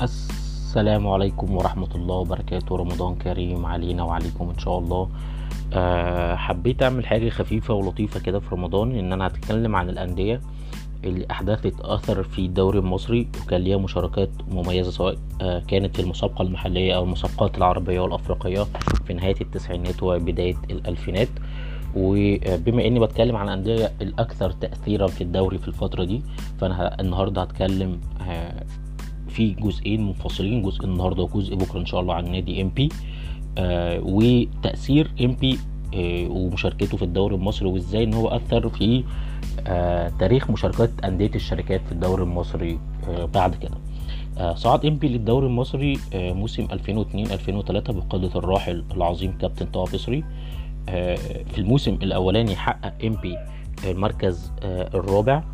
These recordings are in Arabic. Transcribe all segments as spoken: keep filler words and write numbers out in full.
السلام عليكم ورحمة الله وبركاته. رمضان كريم علينا وعليكم إن شاء الله. أه حبيت أعمل حاجة خفيفة ولطيفة كده في رمضان، إن أنا هتكلم عن الأندية اللي أحدثت أثر في الدوري المصري وكان ليها مشاركات مميزة، سواء أه كانت في المسابقة المحلية أو المسابقات العربية والأفريقية في نهاية التسعينات وبداية الألفينات. وبما اني بتكلم عن الانديه الاكثر تاثيرا في الدوري في الفتره دي، فانا النهارده هتكلم آه، في جزئين منفصلين، جزء النهارده وجزء بكره ان شاء الله، عن نادي امبي آه وتاثير امبي آه ومشاركته في الدوري المصري، وازاي ان هو اثر في آه تاريخ مشاركات انديه الشركات في الدوري المصري. آه بعد كده آه صعد امبي للدوري المصري آه موسم ألفين واثنين ألفين وثلاثة بقياده الراحل العظيم كابتن طه بصري. آه في الموسم الاولاني حقق امبي المركز آه الرابع،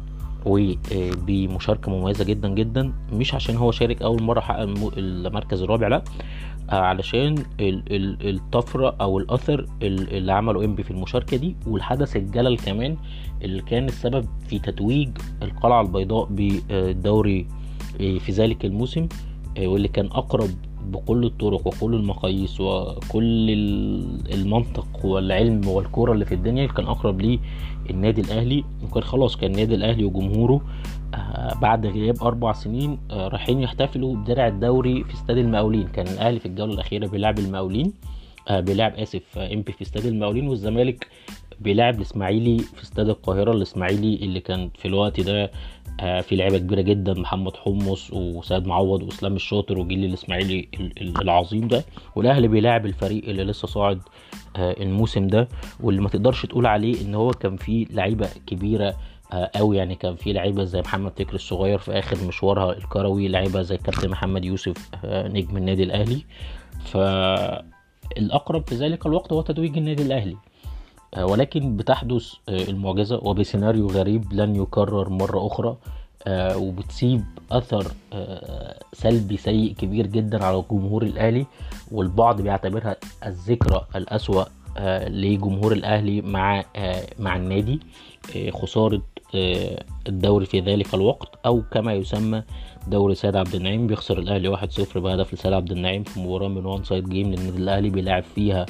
وبمشاركة مميزة جدا جدا، مش عشان هو شارك أول مرة حقق المركز الرابع، لا، علشان الطفرة أو الأثر اللي عمله إنبي في المشاركة دي، والحدث الجلل كمان اللي كان السبب في تتويج القلعة البيضاء بالدوري في ذلك الموسم، واللي كان أقرب بكل الطرق وكل المقاييس وكل المنطق والعلم والكرة اللي في الدنيا، كان أقرب ليه النادي الأهلي. وكان خلاص كان النادي الأهلي وجمهوره آه بعد غياب أربع سنين آه رايحين يحتفلوا بدرع الدوري في استاد المقاولين. كان الأهلي في الجولة الأخيرة بيلعب المقاولين آه بيلعب آسف آه إمبي في استاد المقاولين، والزمالك بيلعب الإسماعيلي في استاد القاهرة. الإسماعيلي اللي كان في الوقت ده آه في لعيبه كبيره جدا، محمد حمص وسيد معوض واسلام الشاطر وجيل الاسماعيلي العظيم ده، والاهلي بيلاعب الفريق اللي لسه صاعد آه الموسم ده، واللي ما تقدرش تقول عليه ان هو كان فيه لعيبه كبيره آه قوي. يعني كان فيه لعيبه زي محمد فكري الصغير في اخر مشوارها الكروي، لعيبه زي كابتن محمد يوسف آه نجم النادي الاهلي. فالاقرب في ذلك الوقت هو تتويج النادي الاهلي، ولكن بتحدث المعجزة وبسيناريو غريب لن يكرر مرة أخرى، وبتسيب أثر سلبي سيء كبير جدا على جمهور الأهلي، والبعض بيعتبرها الذكرى الأسوأ لجمهور الأهلي مع مع النادي، خسارة الدوري في ذلك الوقت، أو كما يسمى دوري سيد عبد النعيم. بيخسر الأهلي واحد صفر بهدف لسيد عبد النعيم في مباراة من وان سايد جيم للنادي الأهلي، بيلعب فيها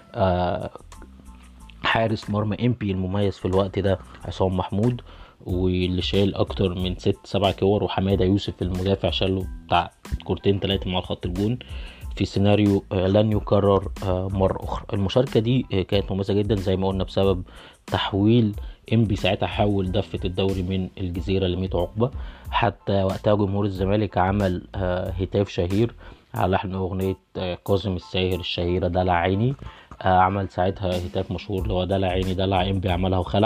حارس مرمى امبي المميز في الوقت ده عصام محمود، واللي شايل اكتر من ست سبع كور، وحماده يوسف المدافع شاله بتاع كورتين ثلاثه مع خط الجون، في سيناريو لن يكرر مره اخرى. المشاركه دي كانت مميزه جدا زي ما قلنا بسبب تحويل امبي، ساعتها حول دفه الدوري من الجزيره لميت عقبه. حتى وقتها جمهور الزمالك عمل هتاف شهير على لحن اغنيه كاظم الساهر الشهيره دلع عيني، عمل ساعتها هتاف مشهور اللي هو دلع عيني دلع امبي عملها وخلع.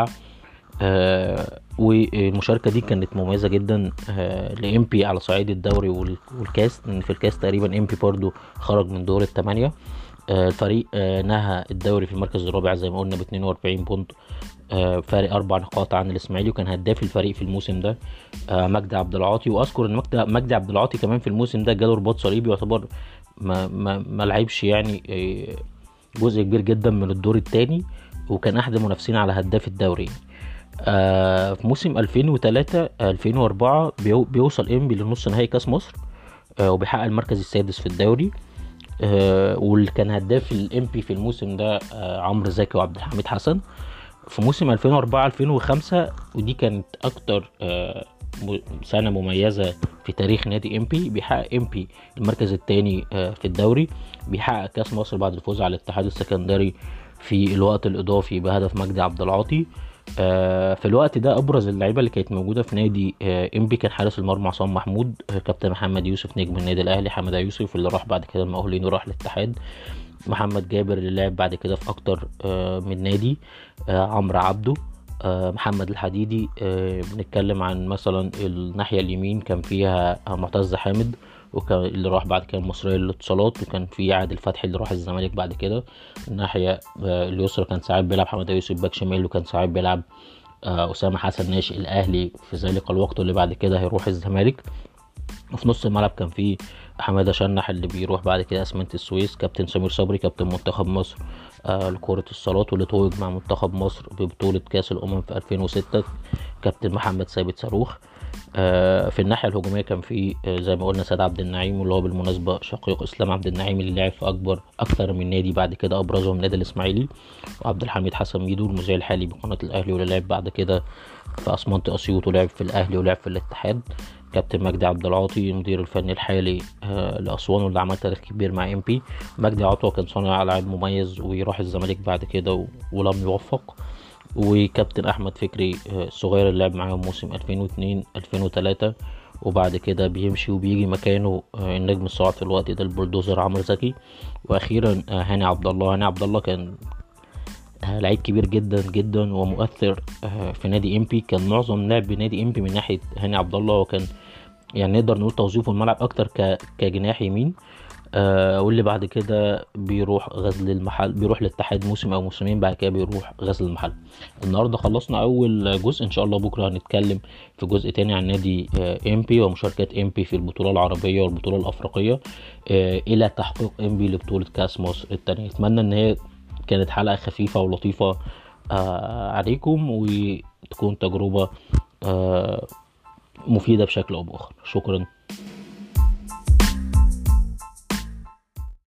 آه والمشاركه دي كانت مميزه جدا آه لامبي على صعيد الدوري والكاس، لان في الكاس تقريبا امبي برضو خرج من دور الثمانيه. آه الفريق آه نهى الدوري في المركز الرابع زي ما قلنا ب اتنين واربعين بونت، آه فارق اربع نقاط عن الاسماعيلي، وكان هداف الفريق في الموسم ده آه مجدي عبد العاطي. واذكر ان مجدي عبد العاطي كمان في الموسم ده جاله رباط صليبي، يعتبر ما ما, ما لعبش يعني آه جزء كبير جدا من الدور الثاني، وكان احد المنافسين على هداف الدوري. آه في موسم ألفين وثلاثة ألفين واربعة بيو بيوصل انبي لنص نهائي كاس مصر آه وبيحقق المركز السادس في الدوري. آه واللي كان هداف الامبي في الموسم ده آه عمرو زكي وعبد الحميد حسن. في موسم ألفين واربعة ألفين وخمسة، ودي كانت اكتر آه سنة مميزة في تاريخ نادي امبي، بيحقق امبي المركز الثاني في الدوري، بيحقق كاس مصر بعد الفوز على الاتحاد السكندري في الوقت الاضافي بهدف مجدي عبد العاطي. في الوقت ده ابرز اللعيبه اللي كانت موجوده في نادي امبي كان حارس المرمى عصام محمود، كابتن محمد يوسف نجم النادي الاهلي، حماده يوسف اللي راح بعد كده المقاولين وراح الاتحاد، محمد جابر اللي لعب بعد كده في اكتر من نادي، عمرو عبده، محمد الحديدي. بنتكلم عن مثلا الناحيه اليمين كان فيها معتز حامد وكان اللي راح بعد كده المصريه للاتصالات، وكان في عادل فتحي اللي راح الزمالك بعد كده. الناحيه اليسرى كان ساعات بيلعب حماده يوسف باك شمال، وكان ساعات بيلعب اسامه حسن ناشئ الاهلي في ذلك الوقت واللي بعد كده هيروح الزمالك. وفي نص الملعب كان في حماده شنح اللي بيروح بعد كده اسمنت السويس، كابتن سمير صبري كابتن منتخب مصر آه لكرة الصالات، واللي توج مع منتخب مصر ببطولة كاس الامم في ألفين وستة، كابتن محمد ثابت صاروخ. آه، في الناحيه الهجوميه كان في آه، زي ما قلنا سيد عبد النعيم، واللي هو بالمناسبه شقيق اسلام عبد النعيم اللي لعب في اكبر اكثر من نادي بعد كده، ابرزهم النادي الاسماعيلي. وعبد الحميد حسن ميدو المذيع الحالي بقناه الاهلي، واللي لعب بعد كده في اسمنت اسيوط، ولعب في الاهلي ولعب في الاتحاد. كابتن مجدي عبد العاطي المدير الفني الحالي آه، لاسوان، واللي عمل تاريخ كبير مع ام بي. مجدي عطوة كان صانع العاب مميز ويروح الزمالك بعد كده و- ولم يوفق. وكابتن احمد فكري آه، الصغير اللي لعب معاهم موسم ألفين واتنين ألفين وتلاتة، وبعد كده بيمشي وبيجي مكانه آه، النجم الصاعد في الوقت ده البلدوزر عمرو زكي. واخيرا آه، هاني عبد الله. هاني عبد الله كان آه، لعيب كبير جدا جدا ومؤثر آه، في نادي امبي. كان معظم لعب نادي امبي من ناحيه هاني عبد الله، وكان يعني نقدر نقول توظيفه الملعب اكتر ك... كجناح يمين. آه واللي بعد كده بيروح غزل المحل، بيروح الاتحاد موسم او موسمين، بعد كده بيروح غزل المحل. النهارده خلصنا اول جزء، ان شاء الله بكره هنتكلم في جزء تاني عن نادي آه امبي ومشاركات امبي في البطوله العربيه والبطوله الافريقيه آه الى تحقيق امبي لبطوله كاس مصر التانية. اتمنى ان هي كانت حلقه خفيفه ولطيفه آه عليكم، وتكون تجربه آه مفيده بشكل او باخر. شكرا.